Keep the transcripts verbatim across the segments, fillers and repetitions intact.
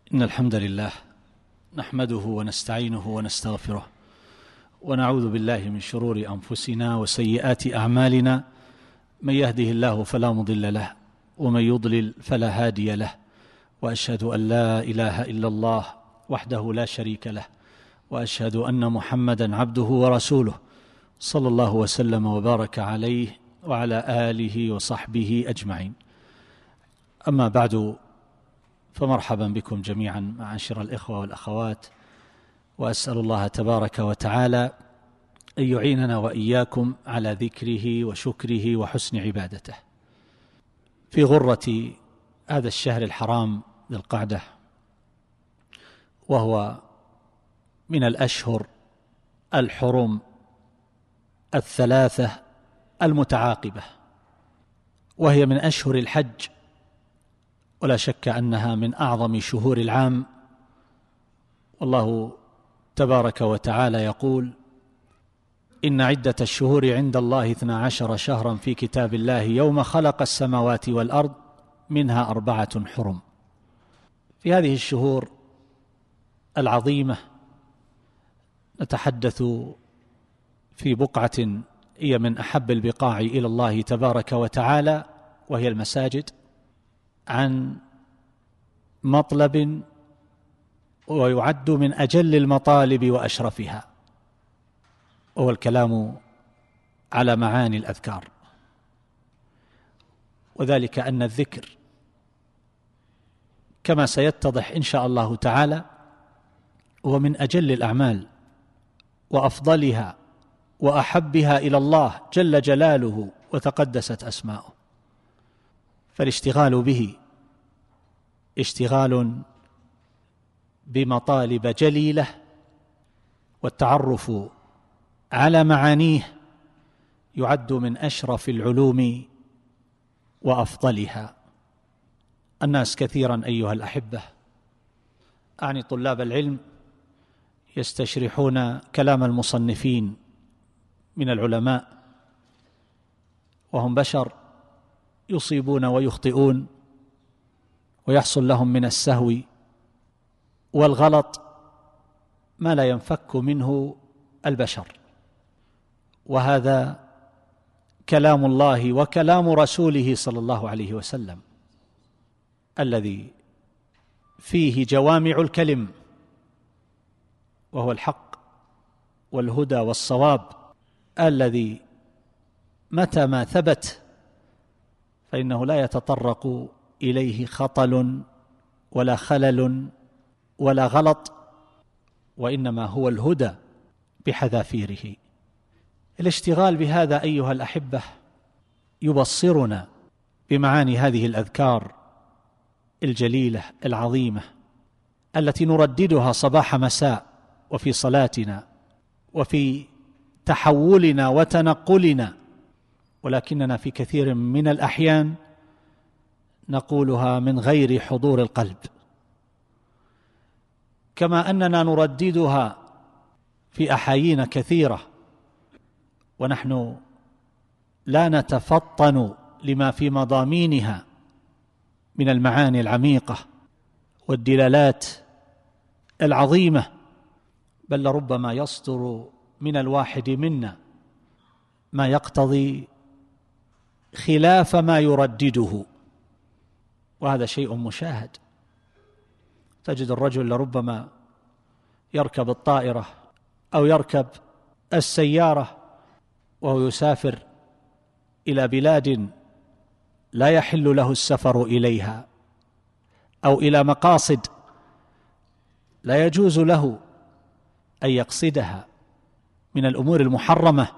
إن الحمد لله نحمده ونستعينه ونستغفره ونعوذ بالله من شرور أنفسنا وسيئات أعمالنا. من يهده الله فلا مضل له ومن يضلل فلا هادي له، وأشهد أن لا إله إلا الله وحده لا شريك له، وأشهد أن محمدًا عبده ورسوله صلى الله وسلم وبارك عليه وعلى آله وصحبه أجمعين. أما بعد، فمرحبا بكم جميعا معاشر الإخوة والأخوات، وأسأل الله تبارك وتعالى أن يعيننا وإياكم على ذكره وشكره وحسن عبادته في غرة هذا الشهر الحرام ذي القعدة، وهو من الأشهر الحرم الثلاثة المتعاقبة، وهي من أشهر الحج، ولا شك أنها من أعظم شهور العام. والله تبارك وتعالى يقول: إن عدة الشهور عند الله اثنا عشر شهرا في كتاب الله يوم خلق السماوات والأرض منها أربعة حرم. في هذه الشهور العظيمة نتحدث في بقعة هي من أحب البقاع إلى الله تبارك وتعالى، وهي المساجد، عن مطلب ويعد من أجل المطالب وأشرفها، وهو الكلام على معاني الأذكار. وذلك أن الذكر كما سيتضح إن شاء الله تعالى هو من أجل الأعمال وأفضلها وأحبها إلى الله جل جلاله وتقدست أسماؤه، فالاشتغال به اشتغال بمطالب جليلة، والتعرف على معانيه يعد من أشرف العلوم وأفضلها. الناس كثيرا أيها الأحبة، أعني طلاب العلم، يستشرحون كلام المصنفين من العلماء، وهم بشر يصيبون ويخطئون، ويحصل لهم من السهو والغلط ما لا ينفك منه البشر، وهذا كلام الله وكلام رسوله صلى الله عليه وسلم الذي فيه جوامع الكلم، وهو الحق والهدى والصواب، الذي متى ما ثبت فإنه لا يتطرق إليه خطل ولا خلل ولا غلط، وإنما هو الهدى بحذافيره. الاشتغال بهذا أيها الأحبة يبصرنا بمعاني هذه الأذكار الجليلة العظيمة التي نرددها صباح مساء، وفي صلاتنا وفي تحولنا وتنقلنا، ولكننا في كثير من الأحيان نقولها من غير حضور القلب، كما أننا نرددها في أحايين كثيرة ونحن لا نتفطن لما في مضامينها من المعاني العميقة والدلالات العظيمة، بل لربما يصدر من الواحد منا ما يقتضي خلاف ما يردده، وهذا شيء مشاهد. تجد الرجل لربما يركب الطائرة أو يركب السيارة وهو يسافر إلى بلاد لا يحل له السفر إليها، أو إلى مقاصد لا يجوز له أن يقصدها من الأمور المحرمة،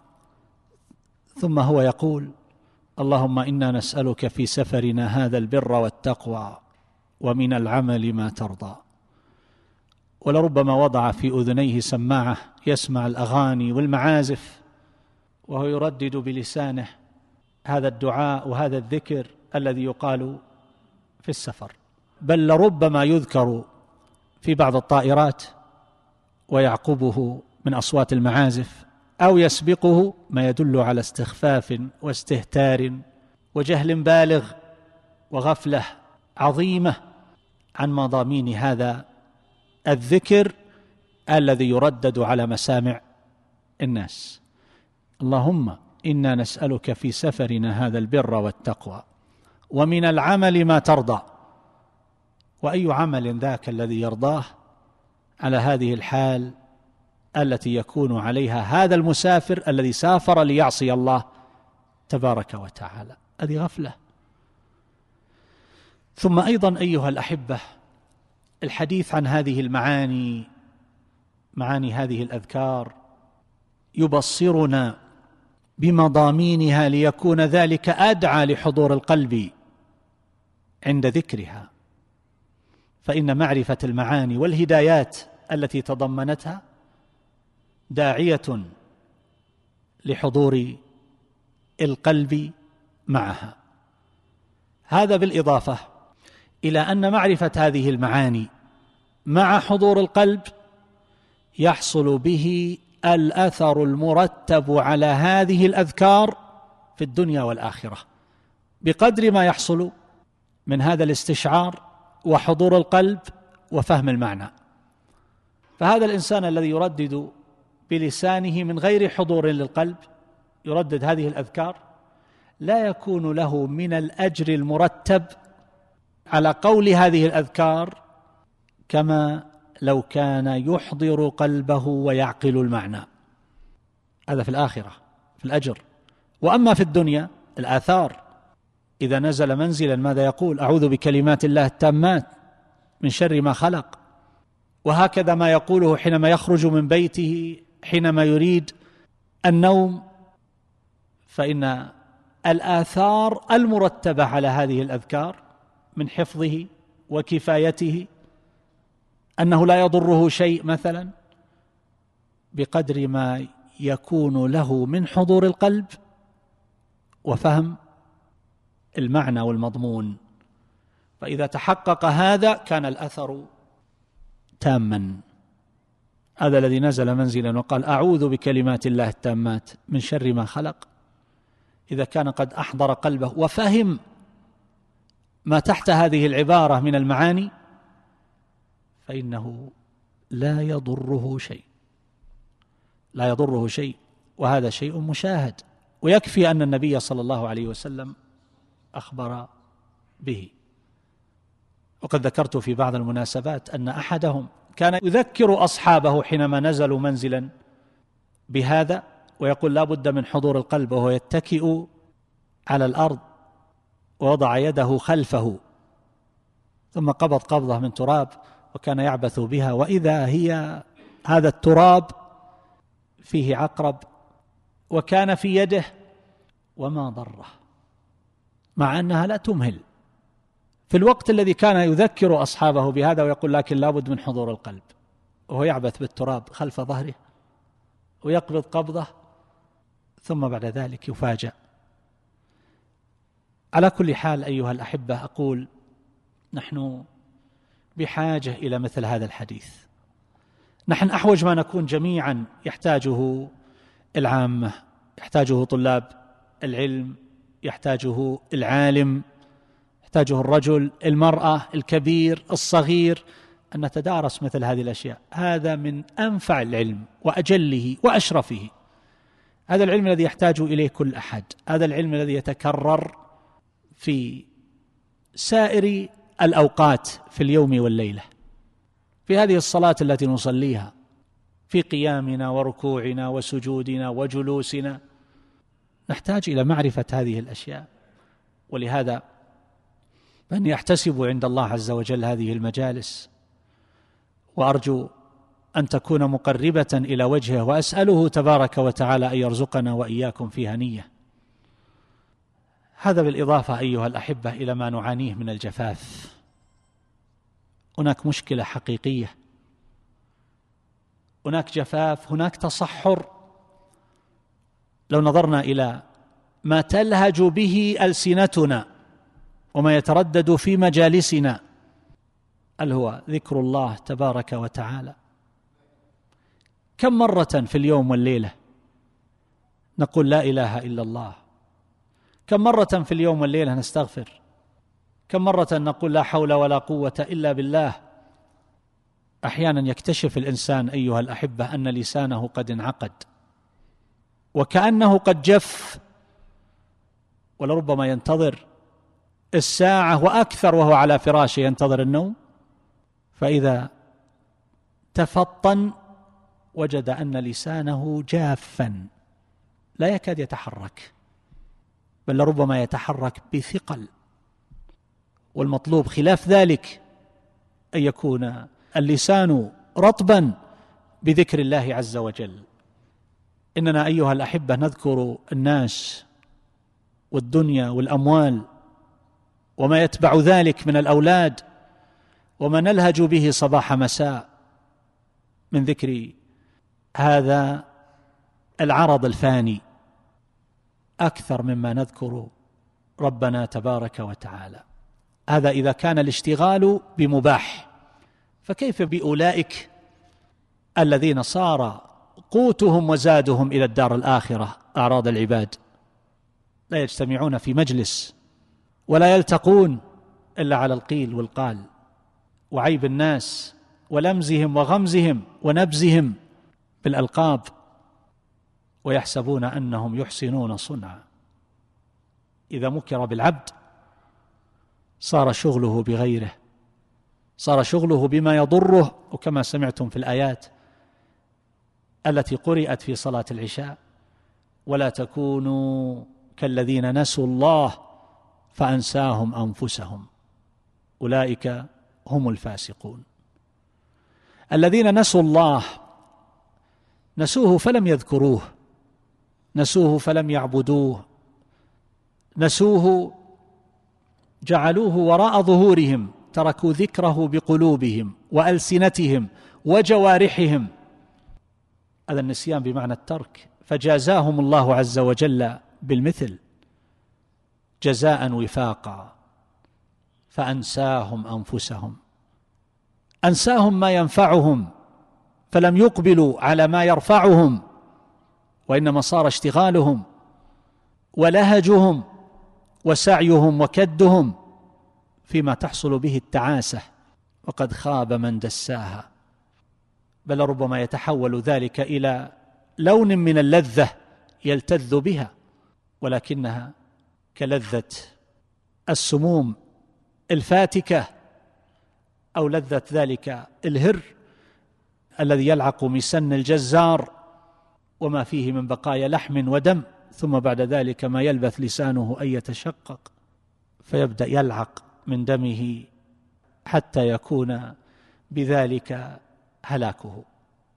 ثم هو يقول: اللهم إنا نسألك في سفرنا هذا البر والتقوى ومن العمل ما ترضى. ولربما وضع في أذنيه سماعة يسمع الأغاني والمعازف وهو يردد بلسانه هذا الدعاء وهذا الذكر الذي يقال في السفر، بل لربما يذكر في بعض الطائرات ويعقبه من أصوات المعازف، أو يسبقه ما يدل على استخفاف واستهتار وجهل بالغ وغفلة عظيمة عن مضامين هذا الذكر الذي يردد على مسامع الناس. اللهم إنا نسألك في سفرنا هذا البر والتقوى ومن العمل ما ترضى. وأي عمل ذاك الذي يرضاه على هذه الحال التي يكون عليها هذا المسافر الذي سافر ليعصي الله تبارك وتعالى؟ هذه غفلة. ثم أيضا أيها الأحبة، الحديث عن هذه المعاني، معاني هذه الأذكار، يبصرنا بمضامينها ليكون ذلك أدعى لحضور القلب عند ذكرها. فإن معرفة المعاني والهدايات التي تضمنتها داعية لحضور القلب معها. هذا بالإضافة إلى أن معرفة هذه المعاني مع حضور القلب يحصل به الأثر المرتب على هذه الأذكار في الدنيا والآخرة بقدر ما يحصل من هذا الاستشعار وحضور القلب وفهم المعنى. فهذا الإنسان الذي يردد بلسانه من غير حضور للقلب، يردد هذه الأذكار، لا يكون له من الأجر المرتب على قول هذه الأذكار كما لو كان يحضر قلبه ويعقل المعنى. هذا في الآخرة في الأجر. وأما في الدنيا الآثار، إذا نزل منزلا ماذا يقول؟ أعوذ بكلمات الله التامات من شر ما خلق. وهكذا ما يقوله حينما يخرج من بيته حينما يريد النوم. فإن الآثار المرتبة على هذه الأذكار من حفظه وكفايته أنه لا يضره شيء مثلا بقدر ما يكون له من حضور القلب وفهم المعنى والمضمون. فإذا تحقق هذا كان الأثر تاما. هذا الذي نزل منزلا وقال أعوذ بكلمات الله التامات من شر ما خلق، إذا كان قد أحضر قلبه وفهم ما تحت هذه العبارة من المعاني فإنه لا يضره شيء، لا يضره شيء. وهذا شيء مشاهد، ويكفي أن النبي صلى الله عليه وسلم أخبر به. وقد ذكرت في بعض المناسبات أن أحدهم كان يذكر أصحابه حينما نزلوا منزلا بهذا ويقول لا بد من حضور القلب، وهو يتكئ على الأرض ووضع يده خلفه ثم قبض قبضة من تراب وكان يعبث بها، وإذا هي هذا التراب فيه عقرب وكان في يده وما ضره، مع أنها لا تمهل في الوقت الذي كان يذكر أصحابه بهذا ويقول لكن لابد من حضور القلب، وهو يعبث بالتراب خلف ظهره ويقبض قبضة ثم بعد ذلك يفاجأ. على كل حال أيها الأحبة، أقول نحن بحاجة إلى مثل هذا الحديث. نحن أحوج ما نكون جميعا، يحتاجه العامة، يحتاجه طلاب العلم، يحتاجه العالم، يحتاجه الرجل، المرأة، الكبير، الصغير، أن نتدارس مثل هذه الأشياء. هذا من أنفع العلم وأجله وأشرفه. هذا العلم الذي يحتاج إليه كل أحد، هذا العلم الذي يتكرر في سائر الأوقات في اليوم والليلة، في هذه الصلاة التي نصليها، في قيامنا وركوعنا وسجودنا وجلوسنا، نحتاج إلى معرفة هذه الأشياء. ولهذا فأني أحتسب عند الله عز وجل هذه المجالس، وأرجو أن تكون مقربة إلى وجهه، وأسأله تبارك وتعالى أن يرزقنا وإياكم فيها نية. هذا بالإضافة أيها الأحبة إلى ما نعانيه من الجفاف. هناك مشكلة حقيقية، هناك جفاف، هناك تصحر. لو نظرنا إلى ما تلهج به ألسنتنا وما يتردد في مجالسنا، هل هو ذكر الله تبارك وتعالى؟ كم مرة في اليوم والليلة نقول لا إله إلا الله؟ كم مرة في اليوم والليلة نستغفر؟ كم مرة نقول لا حول ولا قوة إلا بالله. أحيانا يكتشف الإنسان أيها الأحبة أن لسانه قد انعقد وكأنه قد جف، ولربما ينتظر الساعة وأكثر وهو على فراشه ينتظر النوم، فإذا تفطن وجد أن لسانه جافا لا يكاد يتحرك، بل لربما يتحرك بثقل. والمطلوب خلاف ذلك، أن يكون اللسان رطبا بذكر الله عز وجل. إننا أيها الأحبة نذكر الناس والدنيا والأموال وما يتبع ذلك من الأولاد وما نلهج به صباح مساء من ذكر هذا العرض الفاني أكثر مما نذكر ربنا تبارك وتعالى. هذا إذا كان الاشتغال بمباح، فكيف بأولئك الذين صار قوتهم وزادهم إلى الدار الآخرة أعراض العباد، لا يجتمعون في مجلس ولا يلتقون إلا على القيل والقال وعيب الناس ولمزهم وغمزهم ونبزهم بالألقاب، ويحسبون أنهم يحسنون صنعا. إذا مكر بالعبد صار شغله بغيره، صار شغله بما يضره. وكما سمعتم في الآيات التي قرأت في صلاة العشاء: ولا تكونوا كالذين نسوا الله فأنساهم أنفسهم أولئك هم الفاسقون. الذين نسوا الله نسوه فلم يذكروه، نسوه فلم يعبدوه، نسوه جعلوه وراء ظهورهم، تركوا ذكره بقلوبهم وألسنتهم وجوارحهم. هذا النسيان بمعنى الترك، فجازاهم الله عز وجل بالمثل جزاء وفاقا، فأنساهم أنفسهم، أنساهم ما ينفعهم فلم يقبلوا على ما يرفعهم، وإنما صار اشتغالهم ولهجهم وسعيهم وكدهم فيما تحصل به التعاسة، وقد خاب من دساها. بل ربما يتحول ذلك إلى لون من اللذة يلتذ بها، ولكنها كلذة السموم الفاتكة أو لذة ذلك الهر الذي يلعق مسن الجزار وما فيه من بقايا لحم ودم، ثم بعد ذلك ما يلبث لسانه أن يتشقق فيبدأ يلعق من دمه حتى يكون بذلك هلاكه.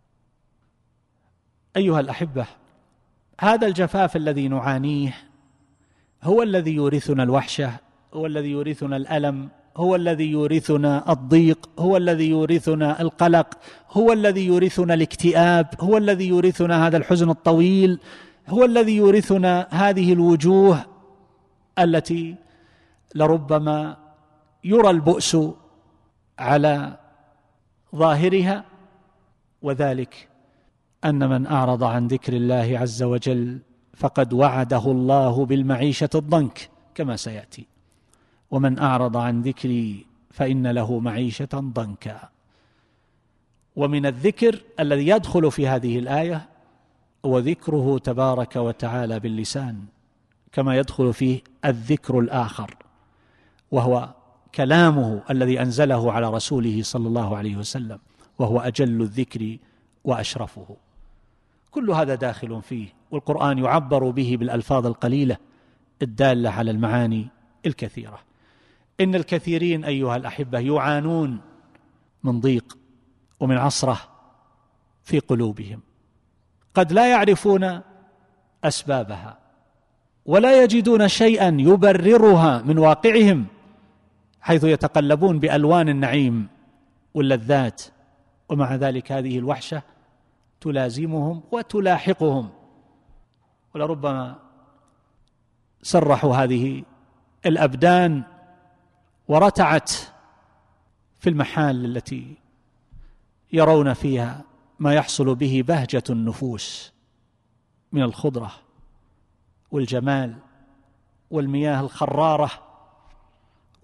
أيها الأحبة، هذا الجفاف الذي نعانيه هو الذي يورثنا الوحشة، هو الذي يورثنا الألم، هو الذي يورثنا الضيق، هو الذي يورثنا القلق، هو الذي يورثنا الاكتئاب، هو الذي يورثنا هذا الحزن الطويل، هو الذي يورثنا هذه الوجوه التي لربما يرى البؤس على ظاهرها. وذلك أن من أعرض عن ذكر الله عز وجل فقد وعده الله بالمعيشة الضنك كما سيأتي: ومن أعرض عن ذكري فإن له معيشة ضنكا. ومن الذكر الذي يدخل في هذه الآية هو ذكره تبارك وتعالى باللسان، كما يدخل فيه الذكر الآخر وهو كلامه الذي أنزله على رسوله صلى الله عليه وسلم، وهو أجل الذكر وأشرفه. كل هذا داخل فيه، والقرآن يعبر به بالألفاظ القليلة الدالة على المعاني الكثيرة. إن الكثيرين أيها الأحبة يعانون من ضيق ومن عصرة في قلوبهم، قد لا يعرفون أسبابها ولا يجدون شيئا يبررها من واقعهم، حيث يتقلبون بألوان النعيم واللذات، ومع ذلك هذه الوحشة تلازمهم وتلاحقهم. ولربما سرحوا هذه الأبدان ورتعت في المحال التي يرون فيها ما يحصل به بهجة النفوس من الخضرة والجمال والمياه الخرارة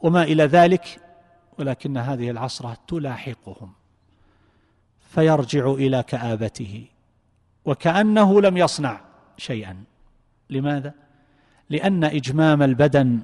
وما إلى ذلك، ولكن هذه العصرة تلاحقهم فيرجع إلى كآبته وكأنه لم يصنع شيئا. لماذا؟ لأن إجمام البدن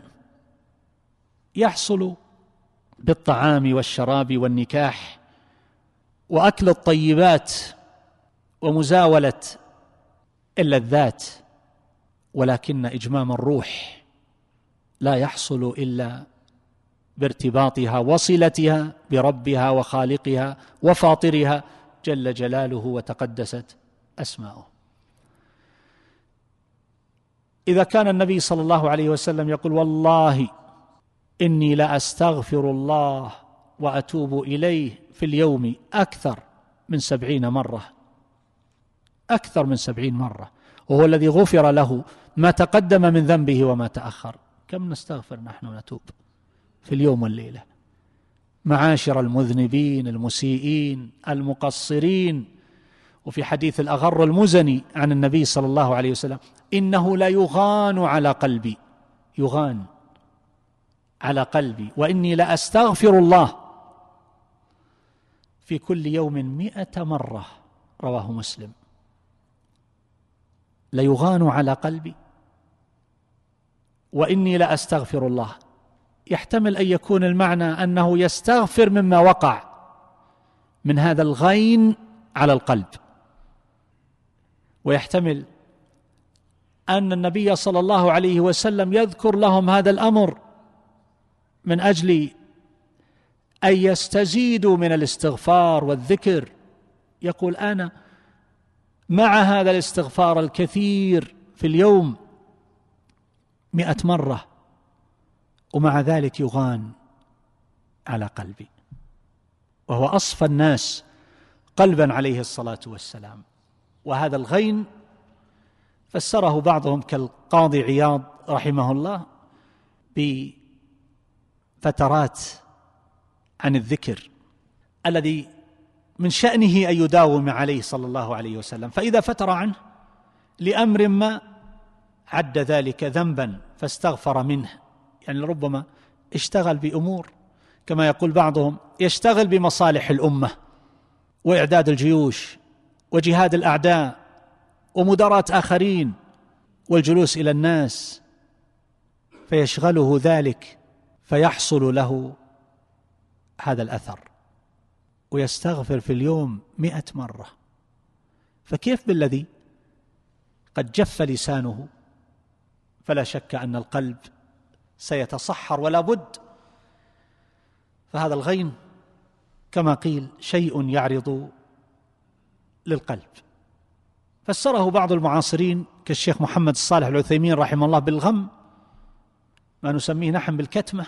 يحصل بالطعام والشراب والنكاح وأكل الطيبات ومزاولة اللذات، ولكن إجمام الروح لا يحصل إلا بارتباطها وصلتها بربها وخالقها وفاطرها جل جلاله وتقدست أسماؤه. إذا كان النبي صلى الله عليه وسلم يقول: والله إني لأستغفر الله وأتوب إليه في اليوم أكثر من سبعين مرة، أكثر من سبعين مرة، وهو الذي غفر له ما تقدم من ذنبه وما تأخر، كم نستغفر نحن ونتوب في اليوم والليلة؟ معاشر المذنبين المسيئين المقصرين. وفي حديث الأغر المزني عن النبي صلى الله عليه وسلم: إنه لا يغان على قلبي، يغان على قلبي، وإني لأستغفر الله في كل يوم مئة مرة، رواه مسلم. ليغان على قلبي وإني لأستغفر الله، يحتمل أن يكون المعنى أنه يستغفر مما وقع من هذا الغين على القلب، ويحتمل أن النبي صلى الله عليه وسلم يذكر لهم هذا الأمر من أجل أن يستزيدوا من الاستغفار والذكر. يقول: أنا مع هذا الاستغفار الكثير في اليوم مئة مرة، ومع ذلك يغان على قلبي، وهو أصفى الناس قلبا عليه الصلاة والسلام. وهذا الغين فسره بعضهم كالقاضي عياض رحمه الله بفترات عن الذكر الذي من شأنه أن يداوم عليه صلى الله عليه وسلم، فإذا فتر عنه لأمر ما عد ذلك ذنبا فاستغفر منه. يعني ربما اشتغل بأمور كما يقول بعضهم، يشتغل بمصالح الأمة وإعداد الجيوش وجهاد الأعداء ومداراة آخرين والجلوس إلى الناس، فيشغله ذلك فيحصل له هذا الأثر، ويستغفر في اليوم مئة مرة. فكيف بالذي قد جف لسانه؟ فلا شك أن القلب سيتصحر ولا بد. فهذا الغين كما قيل شيء يعرض للقلب. فسره بعض المعاصرين كالشيخ محمد الصالح العثيمين رحمه الله بالغم، ما نسميه نحن بالكتمة،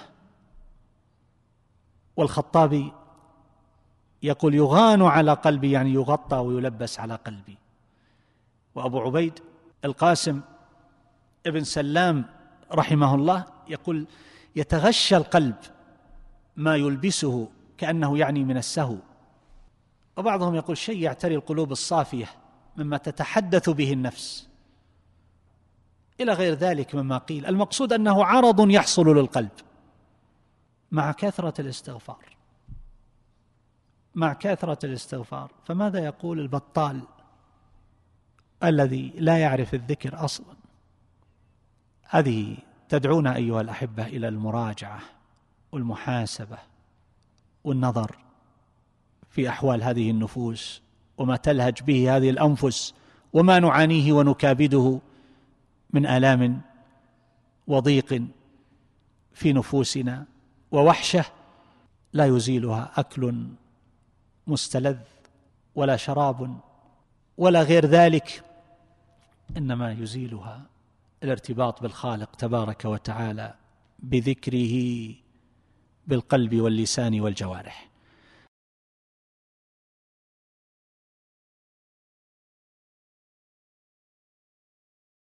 والخطابي يقول يغان على قلبي، يعني يغطى ويلبس على قلبي. وأبو عبيد القاسم ابن سلام رحمه الله يقول يتغشى القلب ما يلبسه كأنه يعني من السهو. وبعضهم يقول شيء يعتري القلوب الصافية مما تتحدث به النفس إلى غير ذلك مما قيل. المقصود أنه عرض يحصل للقلب مع كثرة الاستغفار، مع كثرة الاستغفار. فماذا يقول البطال الذي لا يعرف الذكر أصلا؟ هذه تدعونا أيها الأحبة إلى المراجعة والمحاسبة والنظر في أحوال هذه النفوس وما تلهج به هذه الأنفس وما نعانيه ونكابده من آلام وضيق في نفوسنا ووحشة لا يزيلها أكل مستلذ ولا شراب ولا غير ذلك، إنما يزيلها الارتباط بالخالق تبارك وتعالى بذكره بالقلب واللسان والجوارح.